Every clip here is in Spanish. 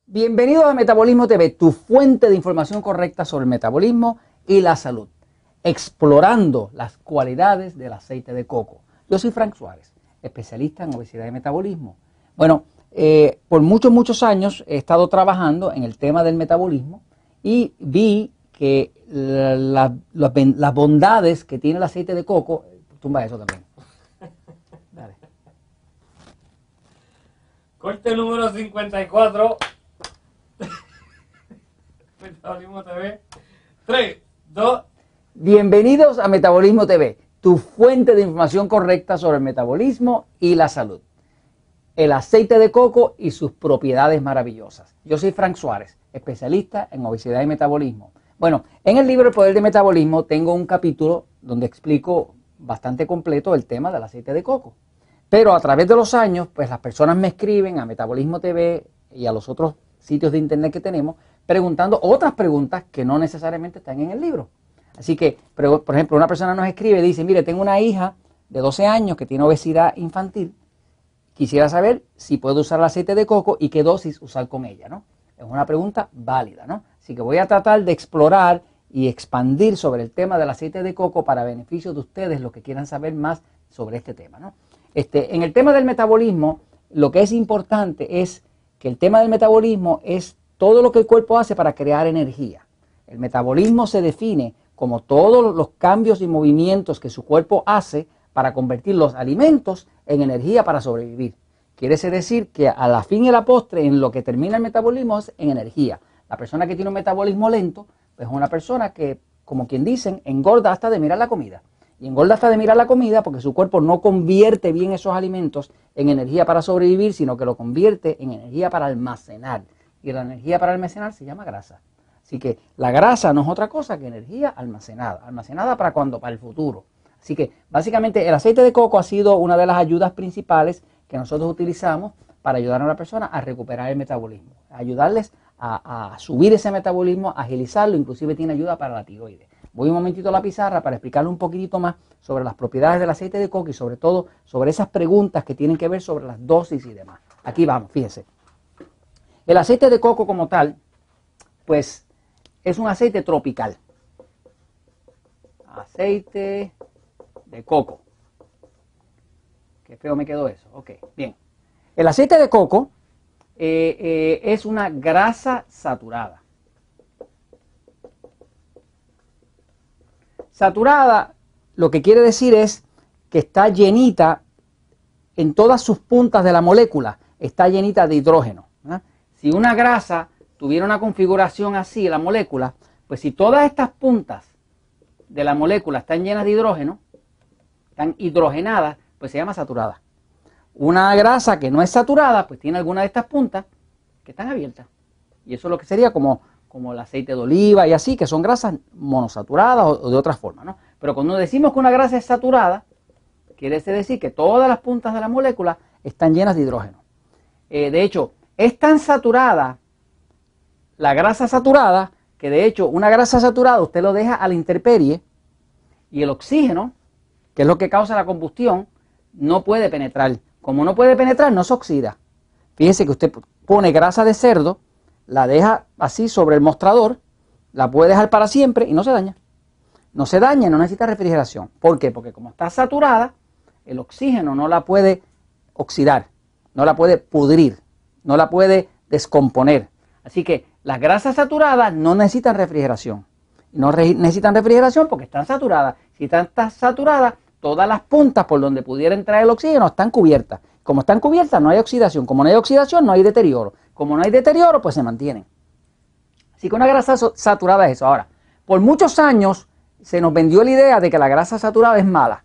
Bienvenidos a Metabolismo TV, tu fuente de información correcta sobre el metabolismo y la salud, explorando las cualidades del aceite de coco. Yo soy Frank Suárez, especialista en obesidad y metabolismo. Bueno, por muchos años he estado trabajando en el tema del metabolismo y vi que las bondades que tiene el aceite de coco, tumba eso también. Dale. Corte número 54. Metabolismo TV. 3, 2. Bienvenidos a Metabolismo TV, tu fuente de información correcta sobre el metabolismo y la salud. El aceite de coco y sus propiedades maravillosas. Yo soy Frank Suárez, especialista en obesidad y metabolismo. Bueno, en el libro El Poder del Metabolismo tengo un capítulo donde explico bastante completo el tema del aceite de coco. Pero a través de los años, pues las personas me escriben a Metabolismo TV y a los otros sitios de internet que tenemos, preguntando otras preguntas que no necesariamente están en el libro. Así que, por ejemplo, una persona nos escribe y dice, mire, tengo una hija de 12 años que tiene obesidad infantil. Quisiera saber si puedo usar el aceite de coco y qué dosis usar con ella, ¿no? Es una pregunta válida, ¿no? Así que voy a tratar de explorar y expandir sobre el tema del aceite de coco para beneficio de ustedes, los que quieran saber más sobre este tema, ¿no? En el tema del metabolismo, lo que es importante es que el tema del metabolismo es todo lo que el cuerpo hace para crear energía. El metabolismo se define como todos los cambios y movimientos que su cuerpo hace para convertir los alimentos en energía para sobrevivir. Quiere decir que a la fin y a la postre, en lo que termina el metabolismo es en energía. La persona que tiene un metabolismo lento, pues es una persona que, como quien dicen, engorda hasta de mirar la comida. Y engorda hasta de mirar la comida porque su cuerpo no convierte bien esos alimentos en energía para sobrevivir, sino que lo convierte en energía para almacenar. Y la energía para almacenar se llama grasa. Así que la grasa no es otra cosa que energía almacenada. ¿Almacenada para cuándo? Para el futuro. Así que básicamente el aceite de coco ha sido una de las ayudas principales que nosotros utilizamos para ayudar a una persona a recuperar el metabolismo. Ayudarles a subir ese metabolismo, a agilizarlo, inclusive tiene ayuda para la tiroides. Voy un momentito a la pizarra para explicarle un poquitito más sobre las propiedades del aceite de coco y sobre todo sobre esas preguntas que tienen que ver sobre las dosis y demás. Aquí vamos, fíjense. El aceite de coco como tal, pues es un aceite tropical. Aceite de coco. Qué feo me quedó eso. Ok, bien. El aceite de coco es una grasa saturada. Saturada, lo que quiere decir es que está llenita en todas sus puntas de la molécula, está llenita de hidrógeno, ¿verdad? Si una grasa tuviera una configuración así, la molécula, pues si todas estas puntas de la molécula están llenas de hidrógeno, están hidrogenadas, pues se llama saturada. Una grasa que no es saturada, pues tiene alguna de estas puntas que están abiertas. Y eso es lo que sería como el aceite de oliva y así, que son grasas monosaturadas o de otra forma, ¿no? Pero cuando decimos que una grasa es saturada, quiere decir que todas las puntas de la molécula están llenas de hidrógeno. De hecho, es tan saturada la grasa saturada que de hecho una grasa saturada usted lo deja a la intemperie y el oxígeno, que es lo que causa la combustión, no puede penetrar. Como no puede penetrar, no se oxida. Fíjese que usted pone grasa de cerdo, la deja así sobre el mostrador, la puede dejar para siempre y no se daña. No se daña, no necesita refrigeración. ¿Por qué? Porque como está saturada, el oxígeno no la puede oxidar, no la puede pudrir, no la puede descomponer. Así que las grasas saturadas no necesitan refrigeración. No necesitan refrigeración porque están saturadas. Si están saturadas, todas las puntas por donde pudiera entrar el oxígeno están cubiertas. Como están cubiertas, no hay oxidación. Como no hay oxidación, no hay deterioro. Como no hay deterioro, pues se mantienen. Así que una grasa saturada es eso. Ahora, por muchos años se nos vendió la idea de que la grasa saturada es mala.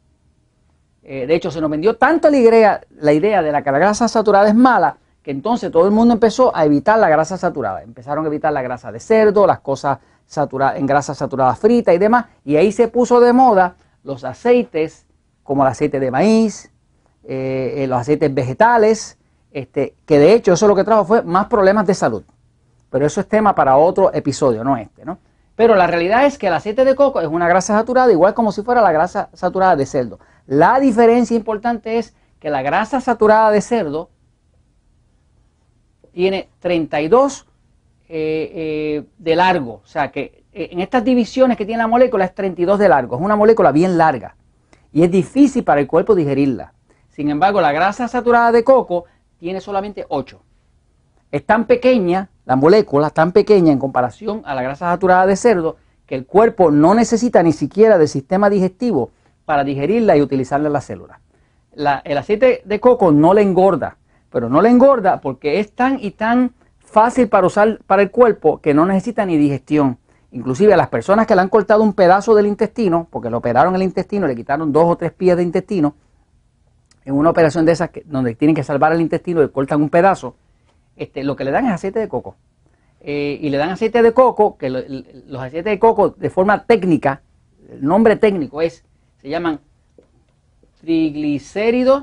De hecho, se nos vendió tanto la idea de que la grasa saturada es mala, que entonces todo el mundo empezó a evitar la grasa saturada. Empezaron a evitar la grasa de cerdo, las cosas en grasa saturada frita y demás. Y ahí se puso de moda los aceites, como el aceite de maíz, los aceites vegetales, que de hecho eso lo que trajo fue más problemas de salud. Pero eso es tema para otro episodio, no este, ¿no? Pero la realidad es que el aceite de coco es una grasa saturada, igual como si fuera la grasa saturada de cerdo. La diferencia importante es que la grasa saturada de cerdo tiene 32 de largo. O sea que en estas divisiones que tiene la molécula es 32 de largo. Es una molécula bien larga y es difícil para el cuerpo digerirla. Sin embargo, la grasa saturada de coco tiene solamente 8. Es tan pequeña, la molécula, tan pequeña en comparación a la grasa saturada de cerdo, que el cuerpo no necesita ni siquiera del sistema digestivo para digerirla y utilizarla en las células. El aceite de coco no le engorda, pero no le engorda porque es tan y tan fácil para usar para el cuerpo que no necesita ni digestión. Inclusive a las personas que le han cortado un pedazo del intestino, porque le operaron el intestino, le quitaron 2 o 3 pies de intestino, en una operación de esas donde tienen que salvar el intestino, le cortan un pedazo, lo que le dan es aceite de coco. Y le dan aceite de coco, que los aceites de coco de forma técnica, el nombre técnico se llaman triglicéridos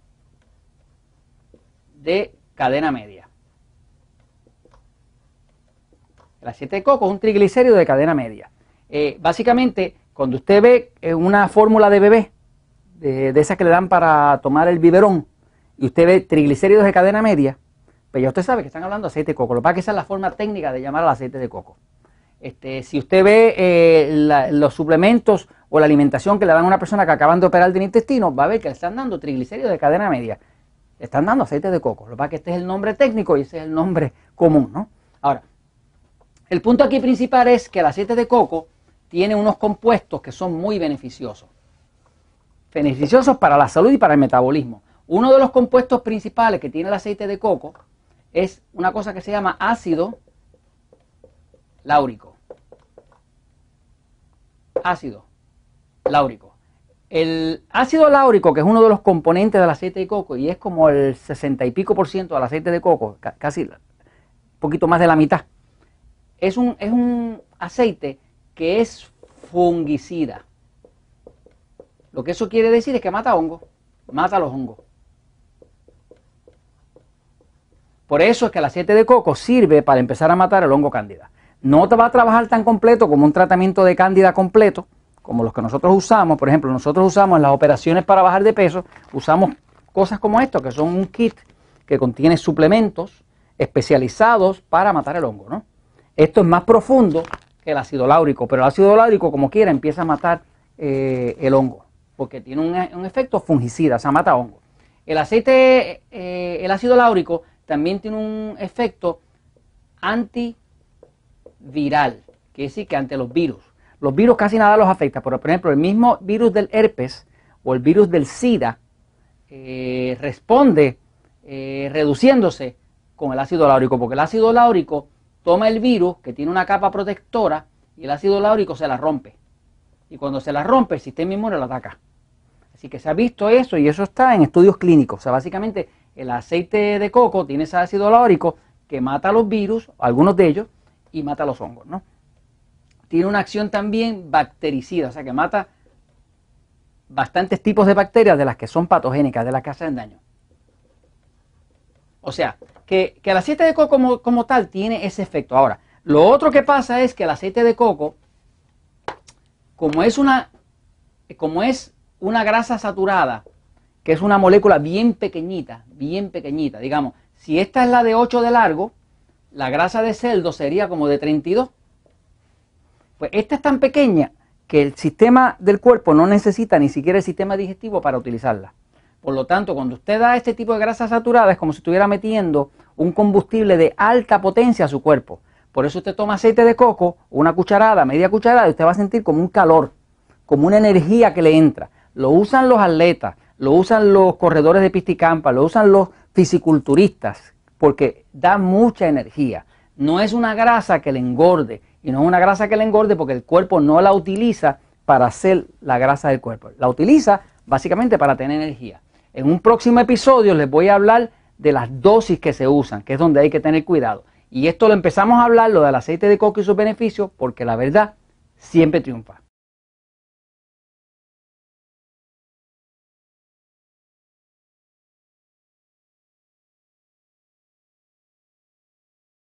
de cadena media. El aceite de coco es un triglicérido de cadena media. Básicamente, cuando usted ve una fórmula de bebé, de esas que le dan para tomar el biberón, y usted ve triglicéridos de cadena media, pues ya usted sabe que están hablando de aceite de coco. Lo que pasa es que esa es la forma técnica de llamar al aceite de coco. Si usted ve los suplementos o la alimentación que le dan a una persona que acaban de operar del intestino, va a ver que le están dando triglicéridos de cadena media. Le están dando aceite de coco. Lo que pasa es que este es el nombre técnico y ese es el nombre común, ¿no? Ahora, el punto aquí principal es que el aceite de coco tiene unos compuestos que son muy beneficiosos. Beneficiosos para la salud y para el metabolismo. Uno de los compuestos principales que tiene el aceite de coco es una cosa que se llama ácido láurico. Ácido láurico. El ácido láurico, que es uno de los componentes del aceite de coco y es como el 60 y pico % del aceite de coco, casi un poquito más de la mitad, es un aceite que es fungicida. Lo que eso quiere decir es que mata hongos, mata los hongos. Por eso es que el aceite de coco sirve para empezar a matar el hongo cándida. No te va a trabajar tan completo como un tratamiento de cándida completo, como los que nosotros usamos. Por ejemplo, nosotros usamos en las operaciones para bajar de peso, usamos cosas como esto, que son un kit que contiene suplementos especializados para matar el hongo, ¿no? Esto es más profundo que el ácido láurico, pero el ácido láurico, como quiera, empieza a matar el hongo, porque tiene un efecto fungicida, o sea, mata hongo. El ácido láurico también tiene un efecto antiviral, que es decir, que ante los virus. Los virus casi nada los afecta, pero por ejemplo, el mismo virus del herpes o el virus del SIDA responde reduciéndose con el ácido láurico, porque el ácido láurico toma el virus que tiene una capa protectora y el ácido láurico se la rompe. Y cuando se la rompe, el sistema inmune lo ataca. Así que se ha visto eso y eso está en estudios clínicos. O sea, básicamente el aceite de coco tiene ese ácido láurico que mata los virus, algunos de ellos, y mata los hongos, ¿no? Tiene una acción también bactericida, o sea que mata bastantes tipos de bacterias de las que son patogénicas, de las que hacen daño. O sea, que el aceite de coco como tal tiene ese efecto. Ahora, lo otro que pasa es que el aceite de coco, como es una grasa saturada, que es una molécula bien pequeñita, digamos, si esta es la de 8 de largo, la grasa de cerdo sería como de 32. Pues esta es tan pequeña que el sistema del cuerpo no necesita ni siquiera el sistema digestivo para utilizarla. Por lo tanto, cuando usted da este tipo de grasa saturada es como si estuviera metiendo un combustible de alta potencia a su cuerpo. Por eso usted toma aceite de coco, una cucharada, media cucharada, y usted va a sentir como un calor, como una energía que le entra. Lo usan los atletas, lo usan los corredores de pista y campa, lo usan los fisiculturistas, porque da mucha energía. No es una grasa que le engorde, y no es una grasa que le engorde porque el cuerpo no la utiliza para hacer la grasa del cuerpo. La utiliza básicamente para tener energía. En un próximo episodio les voy a hablar de las dosis que se usan, que es donde hay que tener cuidado. Y esto lo empezamos a hablar, lo del aceite de coco y sus beneficios, porque la verdad siempre triunfa.